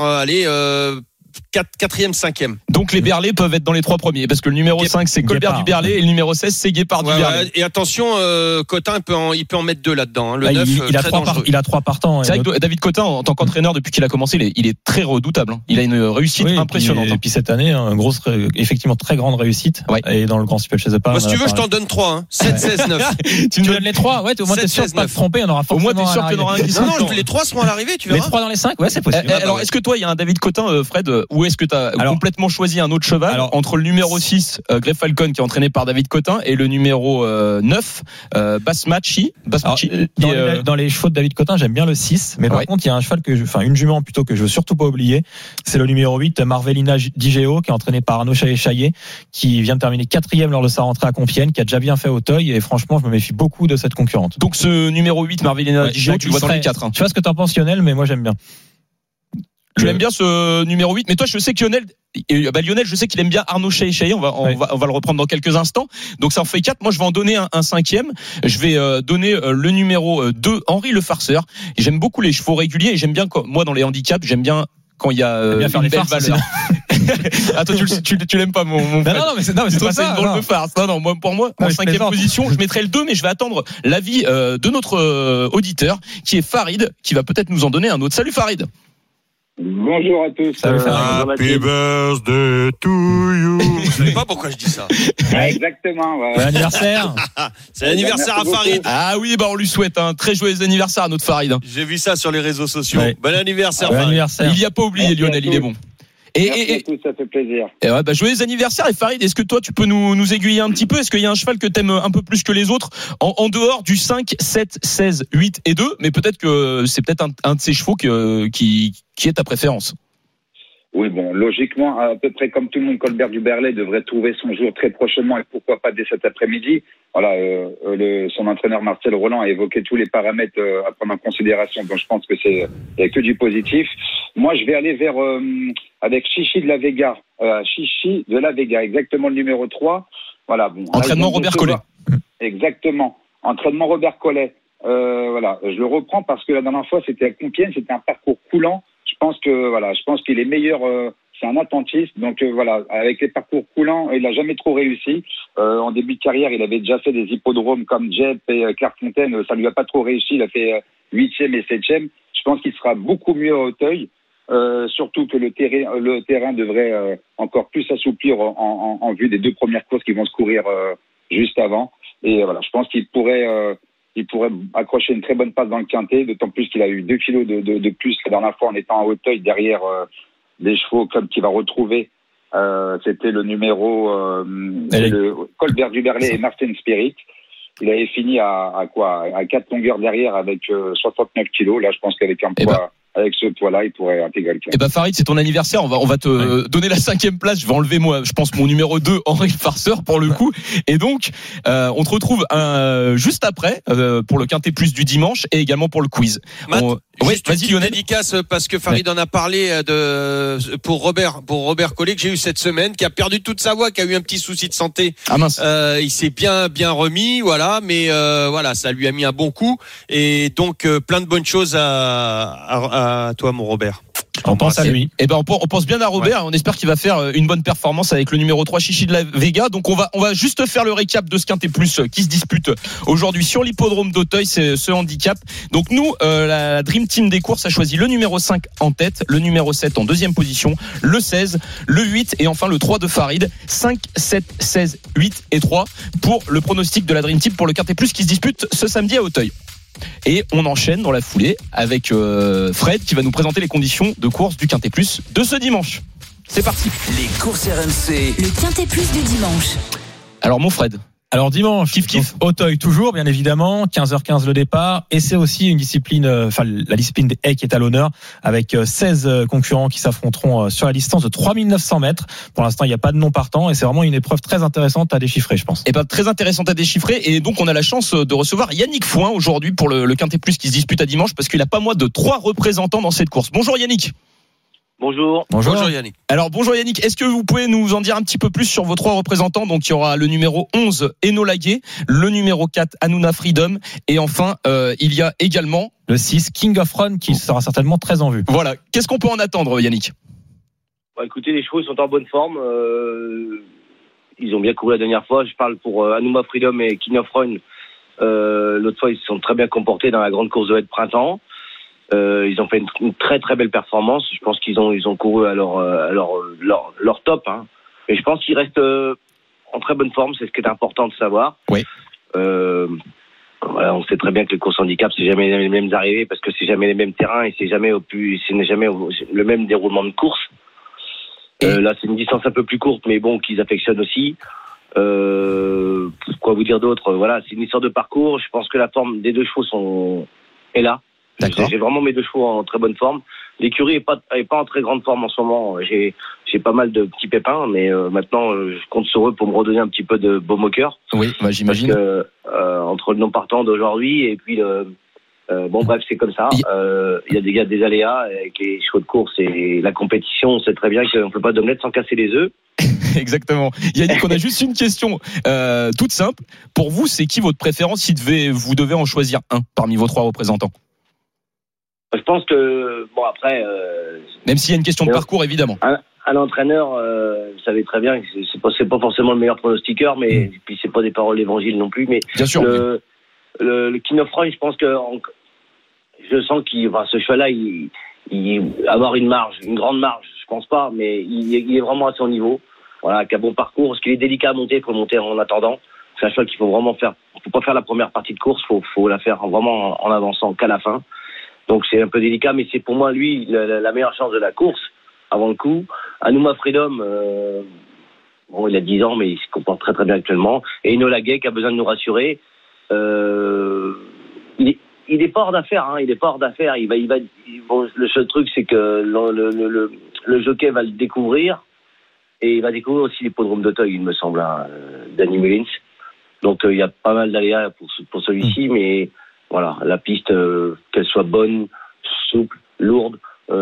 4e, 5e. Donc les Berlets peuvent être dans les 3 premiers, parce que le numéro 5 c'est Colbert Duberlet et le numéro 16 c'est Guépard Duberlet. Et attention, Cotin il peut en mettre 2 là-dedans. Le 9, il a 3 partants. C'est vrai que David Cotin, en tant qu'entraîneur, depuis qu'il a commencé, il est très redoutable. Il a une réussite impressionnante. Et puis cette année, effectivement très grande réussite. Et dans le Grand Steeple Chase de Paris. Moi, si tu veux, je t'en donne 3. 7, 16, 9. Tu me donnes les 3? Ouais, au moins t'es sûr de pas te tromper. On aura forcément. Au moins t'es sûr qu'il y en aura un qui sera. Non, les 3 seront à l'arrivée, tu verras. Les 3 dans les 5? Ouais, c'est possible. Alors, est-ce que toi, il y a un David Cotin, Fred, ou est-ce que t'as complètement choisi un autre cheval entre le numéro 6 Grey Falcon qui est entraîné par David Cotin et le numéro 9 Basmachi. Dans les chevaux de David Cotin, j'aime bien le 6, mais par contre il y a un cheval une jument plutôt que je veux surtout pas oublier, c'est le numéro 8 Marvelina Digeo qui est entraîné par Arnaud Chaillet qui vient de terminer 4e lors de sa rentrée à Compiègne, qui a déjà bien fait Auteuil, et franchement je me méfie beaucoup de cette concurrente. Donc ce numéro 8 Marvelina Digeo, tu le vois dans les 4. Je sais pas ce que t'en penses, Lionel, mais moi j'aime bien. Tu l'aimes bien ce numéro 8, mais toi je sais que Lionel, je sais qu'il aime bien Arnaud Chahi. On va le reprendre dans quelques instants. Donc ça en fait 4. Moi je vais en donner un cinquième. Je vais donner le numéro 2, Henri Le Farceur. Et j'aime beaucoup les chevaux réguliers et j'aime bien, moi dans les handicaps, j'aime bien quand il y a une belle valeur. Attends, tu l'aimes pas mon frère. Non, mais c'est toi, c'est une drôle de farce. Non, pour moi, en cinquième position, je mettrai le 2, mais je vais attendre l'avis de notre auditeur, qui est Farid, qui va peut-être nous en donner un autre. Salut Farid. Bonjour à tous. Salut Farid. Happy birthday to you. Je sais pas pourquoi je dis ça. Ouais, exactement. Ouais. Bon anniversaire. C'est l'anniversaire à Farid. Ah oui, on lui souhaite un très joyeux anniversaire à notre Farid. J'ai vu ça sur les réseaux sociaux. Ouais. Bon anniversaire, Bon Farid. anniversaire. Il y a pas oublié Lionel, il est bon. Merci à tous, ça fait plaisir. Et ouais, joyeux anniversaire. Et Farid, est-ce que toi tu peux nous aiguiller un petit peu? Est-ce qu'il y a un cheval que t'aimes un peu plus que les autres en dehors du 5, 7, 16, 8 et 2? Mais peut-être que c'est peut-être un de ces chevaux qui est ta préférence. Oui, bon, logiquement, à peu près comme tout le monde, Colbert du Berlay devrait trouver son jour très prochainement et pourquoi pas dès cet après-midi. Voilà, son entraîneur Marcel Roland a évoqué tous les paramètres à prendre en considération, donc je pense que il y a que du positif. Moi, je vais aller vers avec Chichi de la Vega, exactement le numéro 3. Voilà, bon. Entraînement Robert Collet. Exactement, entraînement Robert Collet. Voilà, je le reprends parce que la dernière fois c'était à Compiègne, c'était un parcours coulant. Je pense qu'il est meilleur. C'est un attentiste, donc voilà, avec les parcours coulants, il n'a jamais trop réussi. En début de carrière, il avait déjà fait des hippodromes comme Jep et Clairefontaine, ça lui a pas trop réussi. Il a fait 8e et 7e. Je pense qu'il sera beaucoup mieux à Auteuil, surtout que le terrain devrait encore plus s'assouplir en vue des 2 premières courses qui vont se courir juste avant. Et voilà, je pense qu'il pourrait accrocher une très bonne passe dans le quintet, d'autant plus qu'il a eu 2 kilos de plus la dernière fois en étant à Auteuil derrière des chevaux comme qu'il va retrouver. C'était le numéro le Colbert du Berlay et Martin Spirit. Il avait fini à 4 longueurs derrière avec 69 kilos. Là, je pense qu'avec un poids, avec ce poids-là, il pourrait intégrer le quintet. Farid, c'est ton anniversaire. On va te donner la 5e place. Je vais enlever je pense mon numéro 2, Henri Le Farceur, pour le coup. Et donc, on te retrouve juste après pour le quintet plus du dimanche et également pour le quiz. Vas-y Lionel. Dédicace parce que Farid en a parlé pour Robert Collet que j'ai eu cette semaine, qui a perdu toute sa voix, qui a eu un petit souci de santé. Ah mince. Il s'est bien remis, voilà, mais voilà, ça lui a mis un bon coup et donc plein de bonnes choses à toi mon Robert. On pense à lui. On pense bien à Robert. Ouais. On espère qu'il va faire une bonne performance avec le numéro 3 Chichi de la Vega. Donc on va juste faire le récap de ce quintet plus qui se dispute aujourd'hui sur l'hippodrome d'Auteuil, c'est ce handicap. Donc nous, la Dream Team des courses a choisi le numéro 5 en tête, le numéro 7 en deuxième position, le 16, le 8 et enfin le 3 de Farid. 5, 7, 16, 8 et 3 pour le pronostic de la Dream Team pour le quintet plus qui se dispute ce samedi à Auteuil. Et on enchaîne dans la foulée avec Fred qui va nous présenter les conditions de course du Quintet Plus de ce dimanche. C'est parti. Les courses RMC. Le Quintet Plus du dimanche. Alors mon Fred. Alors dimanche, kiff. Auteuil toujours, bien évidemment, 15h15 le départ, et c'est aussi une discipline, la discipline des haies qui est à l'honneur, avec 16 concurrents qui s'affronteront sur la distance de 3900 mètres. Pour l'instant, il n'y a pas de non partant, et c'est vraiment une épreuve très intéressante à déchiffrer, je pense. Très intéressante à déchiffrer, et donc on a la chance de recevoir Yannick Fouin aujourd'hui pour le Quintet Plus qui se dispute à dimanche, parce qu'il n'a pas moins de 3 représentants dans cette course. Bonjour Yannick. Bonjour Yannick. Alors bonjour Yannick, est-ce que vous pouvez nous en dire un petit peu plus sur vos 3 représentants? Donc il y aura le numéro 11 Eno Laguet, le numéro 4 Hanouna Freedom et enfin il y a également le 6 King of Run qui sera certainement très en vue. Voilà, qu'est-ce qu'on peut en attendre Yannick? Écoutez, les chevaux sont en bonne forme, ils ont bien couru la dernière fois, je parle pour Hanouna Freedom et King of Run. L'autre fois ils se sont très bien comportés dans la grande course de haie de printemps. Ils ont fait une très très belle performance. Je pense qu'ils ont couru à leur top. Hein. Et je pense qu'ils restent en très bonne forme. C'est ce qui est important de savoir. Oui. Voilà, on sait très bien que les courses handicap c'est jamais les mêmes arrivées parce que c'est jamais les mêmes terrains et ce n'est jamais le même déroulement de course. Là, c'est une distance un peu plus courte, mais bon, qu'ils affectionnent aussi. Quoi vous dire d'autre? Voilà, c'est une histoire de parcours. Je pense que la forme des 2 chevaux est là. D'accord. J'ai vraiment mes 2 chevaux en très bonne forme. L'écurie est pas en très grande forme en ce moment. J'ai pas mal de petits pépins, mais maintenant je compte sur eux pour me redonner un petit peu de baume au cœur. Oui, j'imagine. Parce que entre le non partant d'aujourd'hui et puis Bon, bref, c'est comme ça. Il y a des aléas avec les chevaux de course et la compétition. On sait très bien qu'on ne peut pas d'omelette sans casser les œufs. Exactement. Yannick, on a juste une question toute simple. Pour vous, c'est qui votre préférence si vous devez en choisir un parmi vos 3 représentants? Je pense que, bon, après... même s'il y a une question de parcours, évidemment. Un entraîneur, vous savez très bien que c'est pas forcément le meilleur pronostiqueur, mais puis c'est pas des paroles d'évangile non plus. Mais bien sûr. Le King of Run, je pense que je sens ce cheval-là, il avoir une grande marge, je pense pas, mais il est vraiment à son niveau. Voilà, avec un bon parcours, parce qu'il est délicat à monter, il faut le monter en attendant. C'est un cheval qu'il faut vraiment faire. Faut pas faire la première partie de course, faut la faire vraiment en avançant qu'à la fin. Donc c'est un peu délicat, mais c'est pour moi lui la meilleure chance de la course avant le coup. Anouma Freedom, bon, il a 10 ans, mais il se comporte très très bien actuellement. Et Enola Gay qui a besoin de nous rassurer. Il est pas hors d'affaire, hein. Il est pas hors d'affaire. Bon, le seul truc, c'est que le jockey va le découvrir et il va découvrir aussi l'hippodrome d'Auteuil, il me semble, hein, Danny Mullins. Donc il y a pas mal d'aléas pour celui-ci, mais voilà, la piste, qu'elle soit bonne, souple, lourde,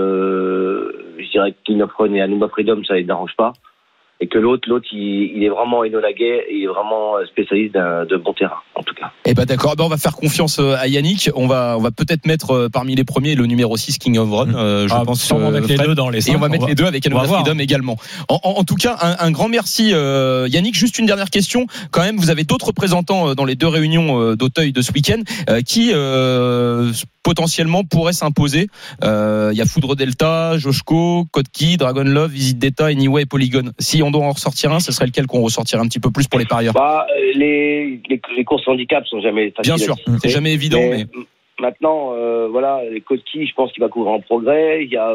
je dirais que King of Run et Anouma Freedom, ça les dérange pas. Et que l'autre, il est vraiment Enola Gay, il est vraiment spécialiste de bon terrain, en tout cas. Eh ben d'accord, on va faire confiance à Yannick. On va peut-être mettre parmi les premiers le numéro 6 King of Run. Je pense on va mettre les deux dans les 5. Et on va mettre les deux avec Anouma Freedom également. En tout cas, un grand merci Yannick. Juste une dernière question. Quand même, vous avez d'autres représentants dans les 2 réunions d'Auteuil de ce week-end qui potentiellement pourraient s'imposer. Il y a Foudre Delta, Joshko, Kotki, Dragon Love, Visit Data, Anyway et Polygon. Si on doit en ressortir un, ce serait lequel qu'on ressortirait un petit peu plus pour les parieurs? Les courses handicap sont jamais faciles. Bien sûr, c'est jamais évident. Mais... Maintenant, voilà, les Kotki, je pense qu'il va courir en progrès. Il y a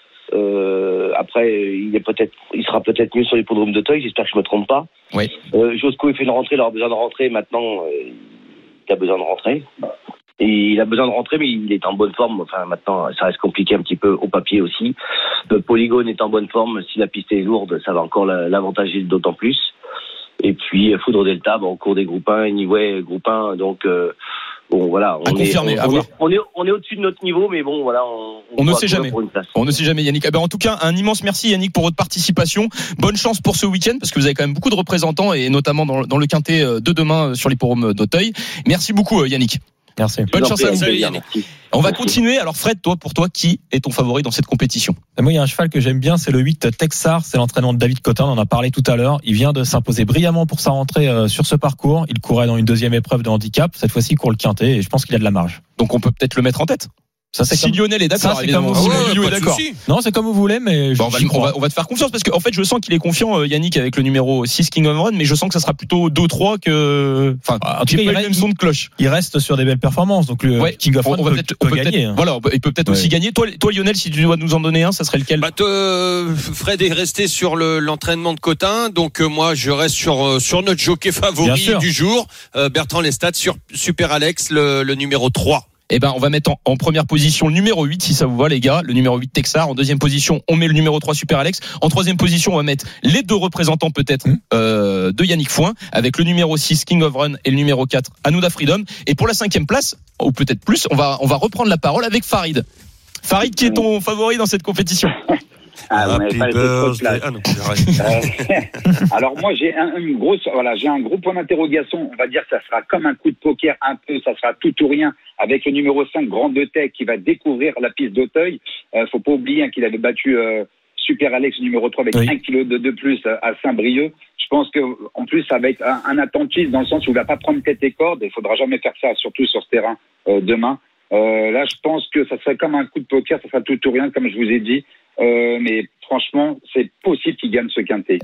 après, il sera peut-être mieux sur l'hippodrome d'Auteuil. J'espère que je me trompe pas. Oui. Joshko, il fait une rentrée, il aura besoin de rentrer. Maintenant, il a besoin de rentrer. Et il a besoin de rentrer, mais il est en bonne forme. Enfin, maintenant, ça reste compliqué un petit peu au papier aussi. Le Polygone est en bonne forme. Si la piste est lourde, ça va encore l'avantager d'autant plus. Et puis, Foudre Delta, au cours des groupes 1, Anyway, groupe 1. Donc, bon, voilà. On est au-dessus de notre niveau, mais bon, voilà. On ne sait jamais. On ne sait jamais, Yannick. En tout cas, un immense merci, Yannick, pour votre participation. Bonne chance pour ce week-end, parce que vous avez quand même beaucoup de représentants, et notamment dans le quintet de demain sur l'hippodrome d'Auteuil. Merci beaucoup, Yannick. Merci. Bonne chance à vous. Salut, Yannick. On va continuer. Alors Fred, pour toi, qui est ton favori dans cette compétition? Moi, il y a un cheval que j'aime bien, c'est le 8 Texar. C'est l'entraînement de David Cotin. On en a parlé tout à l'heure. Il vient de s'imposer brillamment pour sa rentrée sur ce parcours. Il courait dans une 2e épreuve de handicap. Cette fois-ci, il court le quintet et je pense qu'il a de la marge. Donc on peut peut-être le mettre en tête. Ça, c'est si Lionel est d'accord. Ça, c'est comme vous voulez. est d'accord. Non, c'est comme vous voulez, mais on va te faire confiance parce qu'en fait, je sens qu'il est confiant, Yannick, avec le numéro 6 King of Run, mais je sens que ça sera plutôt 2-3 que, enfin, en tout cas, il a le même son de cloche. Il reste sur des belles performances, donc le King of Run peut gagner. Voilà, il peut peut-être aussi gagner. Toi, Lionel, si tu dois nous en donner un, ça serait lequel? Fred est resté sur l'entraînement de Cotin, donc moi, je reste sur notre jockey favori du jour, Bertrand Lestat, sur Super Alex, le numéro 3. Eh ben, on va mettre en première position le numéro 8, si ça vous va, les gars. Le numéro 8, Texar. En 2e position, on met le numéro 3, Super Alex. En 3e position, on va mettre les 2 représentants, peut-être, de Yannick Fouin, avec le numéro 6, King of Run, et le numéro 4, Anouma Freedom. Et pour la 5e place, ou peut-être plus, on va reprendre la parole avec Farid. Farid, qui est ton favori dans cette compétition? Alors moi j'ai un gros point d'interrogation. On va dire que ça sera comme un coup de poker un peu, ça sera tout ou rien avec le numéro 5 Grand de Tech qui va découvrir la piste d'Auteuil. Faut pas oublier qu'il avait battu Super Alex numéro 3 avec 1 kilo de plus à Saint-Brieuc. Je pense que en plus ça va être un attentiste dans le sens où il va pas prendre tête et corde. Il faudra jamais faire ça, surtout sur ce terrain demain. Là je pense que ça serait comme un coup de poker, ça sera tout ou rien comme je vous ai dit. Mais franchement, c'est possible qu'il gagne ce quintet.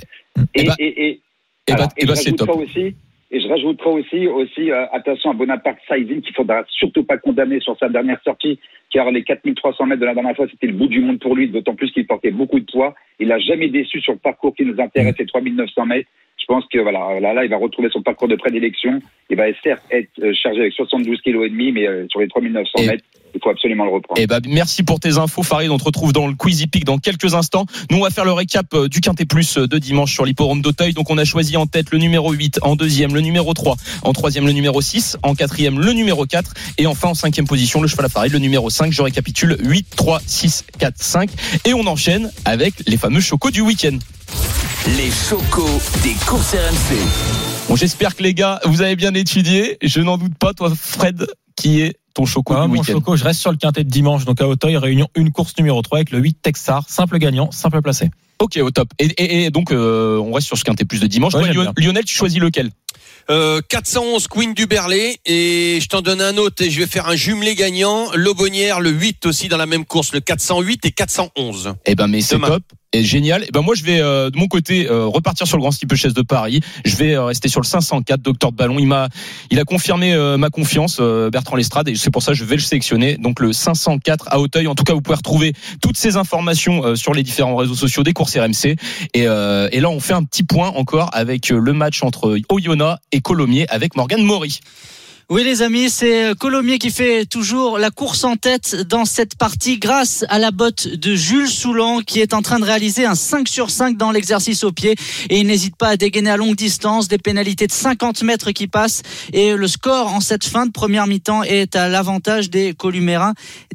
Je rajouterai aussi attention à Bonaparte Sizing qu'il faudra surtout pas condamner sur sa dernière sortie, car les 4300 mètres de la dernière fois, c'était le bout du monde pour lui, d'autant plus qu'il portait beaucoup de poids. Il a jamais déçu sur le parcours qui nous intéresse, les 3900 mètres. Je pense que là, il va retrouver son parcours de prédilection. Il va certes être chargé avec 72 kg et demi, mais sur les 3900 mètres, Il faut absolument le reprendre. Eh ben, merci pour tes infos, Farid. On te retrouve dans le Quiz Hippique dans quelques instants. Nous, on va faire le récap du Quintet Plus de dimanche sur l'hippodrome d'Auteuil. Donc, on a choisi en tête le numéro 8, en deuxième le numéro 3, en troisième le numéro 6, en quatrième le numéro 4 et enfin en cinquième position le cheval à Farid, le numéro 5. Je récapitule 8, 3, 6, 4, 5 et on enchaîne avec les fameux chocos du week-end. Les chocos des courses RMC. Bon, j'espère que les gars, vous avez bien étudié. Je n'en doute pas, toi, Fred, qui est ton choco du week-end. Mon choco, je reste sur le quintet de dimanche, donc à Auteuil, réunion une course numéro 3 avec le 8 Texar, simple gagnant, simple placé. Ok, au top. Et donc, on reste sur ce quintet plus de dimanche. Ouais, toi, Lionel, tu choisis lequel? 411 Queen du Berlay et je t'en donne un autre et je vais faire un jumelé gagnant, l'Aubonnière, le 8 aussi dans la même course, le 408 et 411. Eh ben mais c'est demain. Top. Et génial. Et ben moi je vais de mon côté repartir sur le Grand Steeplechase de Paris. Je vais rester sur le 504 Docteur de Ballon. Il a confirmé ma confiance, Bertrand Lestrade, et c'est pour ça que je vais le sélectionner. Donc le 504 à Auteuil. En tout cas, vous pouvez retrouver toutes ces informations sur les différents réseaux sociaux des courses RMC. Et là, on fait un petit point encore avec le match entre Oyonnax et Colomiers avec Morgane Maury. Oui les amis, c'est Colomiers qui fait toujours la course en tête dans cette partie grâce à la botte de Jules Soulan qui est en train de réaliser un 5 sur 5 dans l'exercice au pied et il n'hésite pas à dégainer à longue distance, des pénalités de 50 mètres qui passent et le score en cette fin de première mi-temps est à l'avantage des Columérins,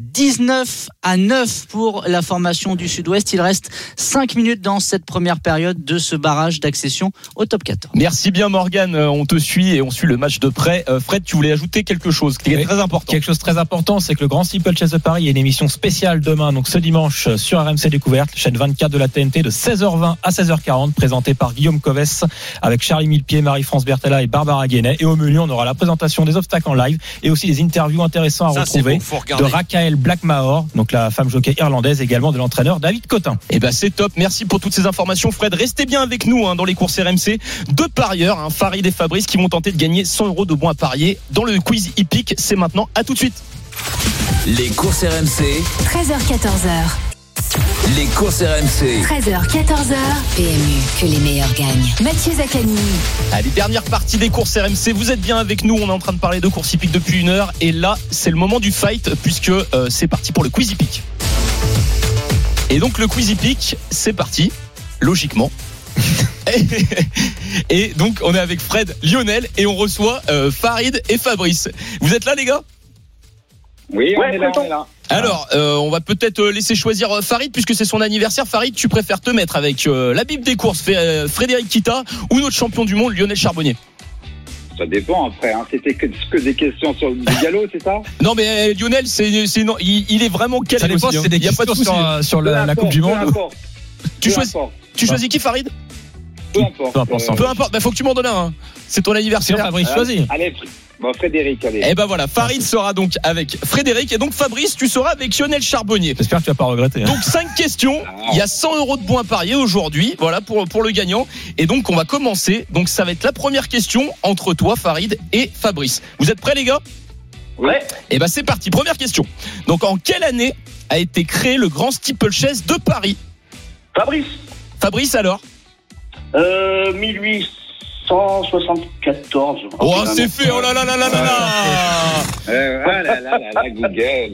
19-9 pour la formation du Sud-Ouest. Il reste 5 minutes dans cette première période de ce barrage d'accession au top 14. Merci bien Morgane, on te suit et on suit le match de près. Fred, tu voulais ajouter quelque chose qui est très important. Quelque chose de très important, c'est que le Grand Steeplechase de Paris, il y a une émission spéciale demain, donc ce dimanche sur RMC Découverte, chaîne 24 de la TNT, de 16h20 à 16h40, présentée par Guillaume Covès avec Charlie Millepied, Marie-France Bertella et Barbara Guénet. Et au menu, on aura la présentation des obstacles en live et aussi des interviews intéressantes à retrouver de Rachael Blackmahor, donc la femme jockey irlandaise, également de l'entraîneur David Cotin. Et ben c'est top. Merci pour toutes ces informations, Fred. Restez bien avec nous dans les courses RMC. Deux parieurs, Farid et Fabrice, qui vont tenter de gagner 100 € de bons à parier dans le quiz hippique. C'est maintenant. À tout de suite. Les courses RMC. 13h-14h. Les courses RMC. 13h-14h. PMU, que les meilleurs gagnent. Mathieu Zaccani. Allez, dernière partie des courses RMC. Vous êtes bien avec nous. On est en train de parler de courses hippiques depuis 1 heure. Et là, c'est le moment du fight puisque c'est parti pour le quiz hippique. Et donc, le quiz hippique, c'est parti. Logiquement. Et donc on est avec Fred, Lionel et on reçoit Farid et Fabrice. Vous êtes là les gars ? Oui, on est là. Alors on va peut-être laisser choisir Farid puisque c'est son anniversaire. Farid, tu préfères te mettre avec la Bible des courses Frédéric Kita ou notre champion du monde Lionel Charbonnier ? Ça dépend après, C'était que des questions sur du galop, c'est ça ? Non mais Lionel, il est vraiment calé. Ça dépend, aussi, c'est des questions sur la Coupe du Monde. Tu choisis qui, Farid ? Peu importe. Peu importe, faut que tu m'en donnes un. C'est ton anniversaire. Fabrice, choisis. Allez, Frédéric, allez. Et ben voilà, Farid sera donc avec Frédéric et donc Fabrice, tu seras avec Lionel Charbonnier. J'espère que tu vas pas regretter. Donc 5 questions, il y a 100 € de bons à parier aujourd'hui, voilà pour le gagnant. Et donc on va commencer. Donc ça va être la première question entre toi, Farid et Fabrice. Vous êtes prêts les gars ? Ouais. Et ben c'est parti. Première question. Donc en quelle année a été créé le Grand Steeplechase de Paris ? Fabrice alors ? 1874. Oh, c'est fait. Oh là là là là là là. Google.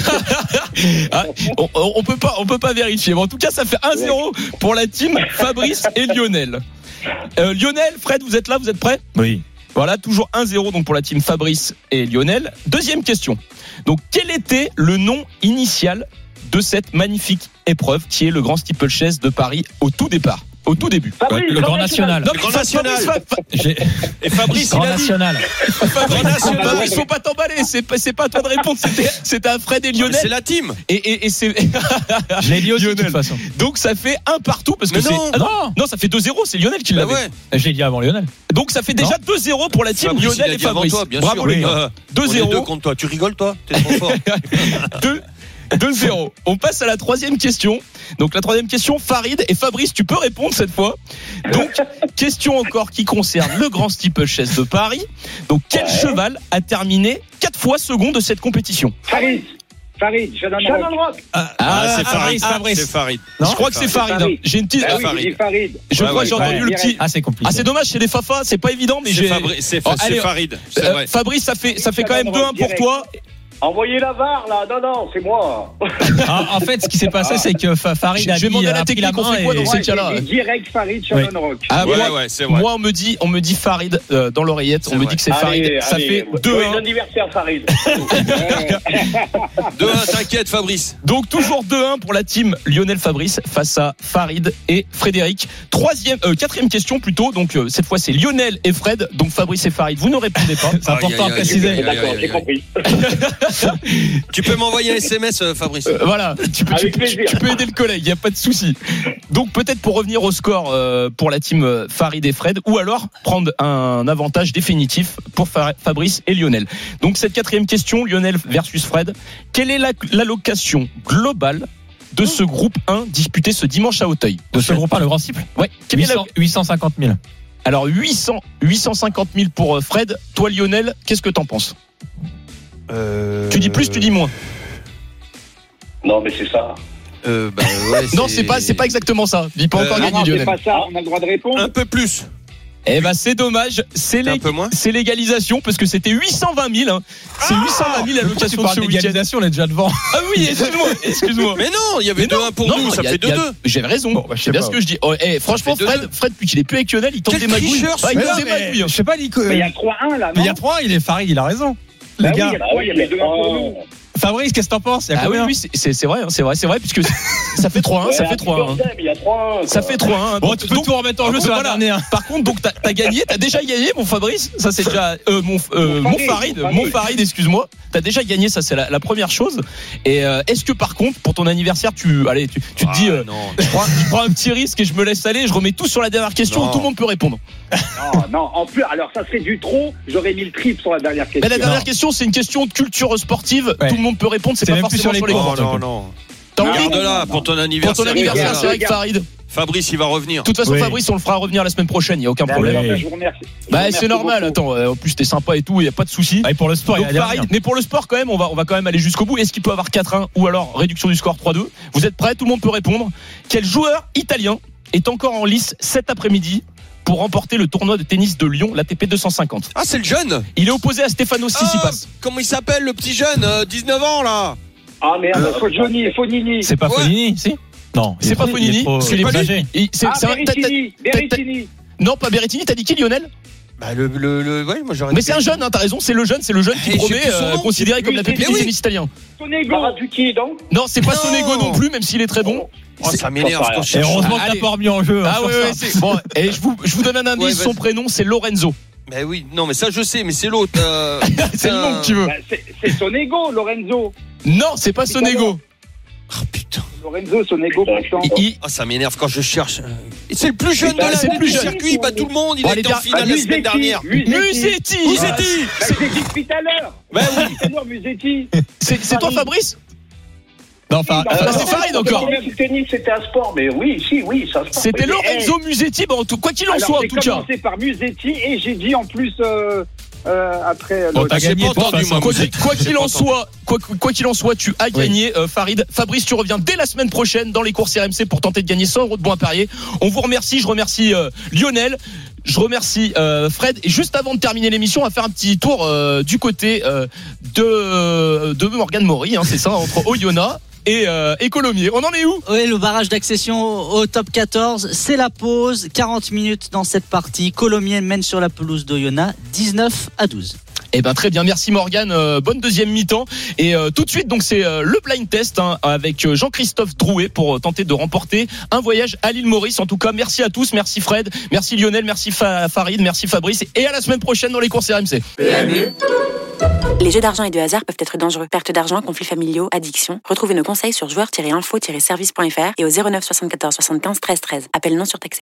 On peut pas vérifier. Mais en tout cas, ça fait 1-0 pour la team Fabrice et Lionel. Lionel, Fred, vous êtes là, vous êtes prêts ? Oui. Voilà, toujours 1-0 donc pour la team Fabrice et Lionel. Deuxième question. Donc, quel était le nom initial de cette magnifique épreuve qui est le Grand Steeplechase de Paris au tout départ ? Au tout début. Le Grand National. Non, le Grand National. Et Fabrice, Grand National. Fabrice, faut pas t'emballer. C'est pas à toi de répondre. C'était à Fred et Lionel. C'est la team. Et c'est. Je l'ai dit aussi de toute façon. Donc ça fait 1 partout parce que mais c'est. Non, ça fait 2-0. C'est Lionel qui l'avait. Ouais. Je l'ai dit avant Lionel. Donc ça fait déjà 2-0 pour la team Fabrice, Lionel et Fabrice. Toi, bien bravo sûr, les gars. 2-0. On est deux contre toi. Tu rigoles toi ? T'es trop fort. 2-0. On passe à la troisième question. Donc la troisième question, Farid et Fabrice, tu peux répondre cette fois. Donc question encore qui concerne le Grand Steeplechase de Paris. Donc quel cheval a terminé 4 fois second de cette compétition ? Farid, Shannon Rock. C'est Farid. C'est Farid. Je crois que c'est Farid. J'ai une petite. Farid. Je crois que j'ai entendu le petit. C'est compliqué. C'est dommage, c'est des Fafa, c'est pas évident, mais c'est Farid. Fabrice, ça fait quand même 2-1 pour toi. Envoyez la VAR, là. Non, c'est moi. En fait, ce qui s'est passé, c'est que Farid a demandé à la technique, on fait quoi dans ces cas-là? Direct Farid, Shannon Rock. Ah, c'est vrai. Moi, on me dit Farid dans l'oreillette. On me dit que c'est Farid. Ça fait 2-1. Bon anniversaire, Farid. 2-1, t'inquiète, Fabrice. Donc, toujours 2-1 pour la team Lionel Fabrice face à Farid et Frédéric. Quatrième question plutôt. Donc, cette fois, c'est Lionel et Fred. Donc, Fabrice et Farid, vous ne répondez pas. C'est important à préciser. D'accord, j'ai compris. Tu peux m'envoyer un SMS, Fabrice. Voilà, tu peux aider le collègue, il n'y a pas de souci. Donc peut-être pour revenir au score pour la team Farid et Fred, ou alors prendre un avantage définitif pour Fabrice et Lionel. Donc cette quatrième question, Lionel versus Fred, quelle est l'allocation globale de ce groupe 1 disputé ce dimanche à Auteuil? De ce groupe 1, le grand cible? Ouais. 850 000. Alors 850 000 pour Fred. Toi Lionel, qu'est-ce que t'en penses? Tu dis plus, tu dis moins. Non, mais c'est ça. Non, c'est pas exactement ça. Dis pas encore gagné, Lionel. C'est pas ça, on a le droit de répondre. Un peu plus. Eh ben c'est dommage, c'est l'égalisation parce que c'était 820 000. Hein. C'est 820 000 allocations de ce week-end. On est déjà devant. Ah oui, excuse-moi. Mais non, il y avait 2-1 pour nous, ça fait 2-2. J'avais raison. Bon, c'est bien ce que je dis. Franchement, Fred, depuis qu'il est plus avec Lionel, il tente des magouilles. Je sais pas, Nico. Mais il y a 3-1 là, non? Mais il y a 3-1, il est Farid, il a raison. Les gars. Il y a 2-1 pour nous. Fabrice, qu'est-ce que t'en penses? Oui, c'est vrai, puisque ça fait 3-1, ça fait 3-1. Ça fait 3-1. Bon, tu peux tout remettre en jeu sur la dernière. Par contre, donc t'as gagné, t'as déjà gagné, mon Fabrice. Ça c'est déjà mon Farid, excuse-moi. T'as déjà gagné, ça c'est la première chose. Et est-ce que par contre, pour ton anniversaire, tu te dis, je prends un petit risque et je me laisse aller, je remets tout sur la dernière question où tout le monde peut répondre. Non, en plus, alors ça serait du trop. J'aurais mis le triple sur la dernière question. Mais la dernière question, c'est une question de culture sportive. Tout le monde peut répondre, c'est pas forcément sur les cours. Non. T'as envie de là pour ton anniversaire. Pour ton anniversaire, c'est avec Farid. Fabrice, il va revenir. De toute façon, Fabrice, on le fera revenir la semaine prochaine, il n'y a aucun problème. Je vous remercie. C'est normal, attends, en plus t'es sympa et tout, il n'y a pas de souci. Et pour le sport, mais pour le sport quand même, on va quand même aller jusqu'au bout. Est-ce qu'il peut avoir 4-1 ou alors réduction du score 3-2? Vous êtes prêts? Tout le monde peut répondre. Quel joueur italien est encore en lice cet après-midi pour remporter le tournoi de tennis de Lyon, l'ATP 250? Ah, c'est le jeune. Il est opposé à Stefano Tsitsipas. Comment il s'appelle le petit jeune, 19 ans là? Ah merde, Fonini. C'est pas Fonini, si? Non, c'est pas Fonini. Berrettini. Non, pas Berrettini. T'as dit qui, Lionel? Moi j'aurais. Mais c'est un jeune, hein, t'as raison, c'est le jeune qui promet, considéré comme la pépite du tennis italien. Sonego, donc? Non, c'est pas Sonego non plus, même s'il est très bon. Ça m'énerve. Et heureusement que t'as pas remis en jeu. Ah ouais, c'est bon. Et je vous donne un indice, son prénom c'est Lorenzo. Mais oui, non, mais ça je sais, mais c'est l'autre. C'est le nom que tu veux. C'est Sonego, Lorenzo. Non, c'est pas Sonego. Oh putain. Lorenzo, Sonego, pourtant. Ça m'énerve quand je cherche. C'est le plus jeune du circuit, il bat tout le monde, il était en finale la semaine dernière. Musetti. C'est dit depuis tout à l'heure. Musetti. C'est toi, Fabrice? Non, c'est Farid encore. Le tennis, c'était un sport, mais oui, c'est un sport. C'était Lorenzo Musetti, quoi qu'il en soit, en tout cas. J'ai commencé par Musetti et j'ai dit en plus après. T'as gagné. Quoi qu'il en soit, tu as gagné, Farid. Fabrice, tu reviens dès la semaine prochaine dans les courses RMC pour tenter de gagner 100 € de bons à parier. On vous remercie. Je remercie Lionel. Je remercie Fred. Et juste avant de terminer l'émission, on va faire un petit tour du côté de Morgan Maury, c'est ça, entre Oyonnax et Colomiers. On en est où? Oui, le barrage d'accession au top 14, c'est la pause. 40 minutes dans cette partie. Colomiers mène sur la pelouse d'Oyonnax 19-12. Eh ben très bien, merci Morgane, bonne deuxième mi-temps et tout de suite donc c'est le blind test avec Jean-Christophe Drouet pour tenter de remporter un voyage à l'île Maurice. En tout cas, merci à tous, merci Fred, merci Lionel, merci Farid, merci Fabrice et à la semaine prochaine dans les courses RMC. Les jeux d'argent et de hasard peuvent être dangereux. Perte d'argent, conflits familiaux, addiction. Retrouvez nos conseils sur joueurs-info-service.fr et au 09 74 75 13 13. Appel non surtaxé.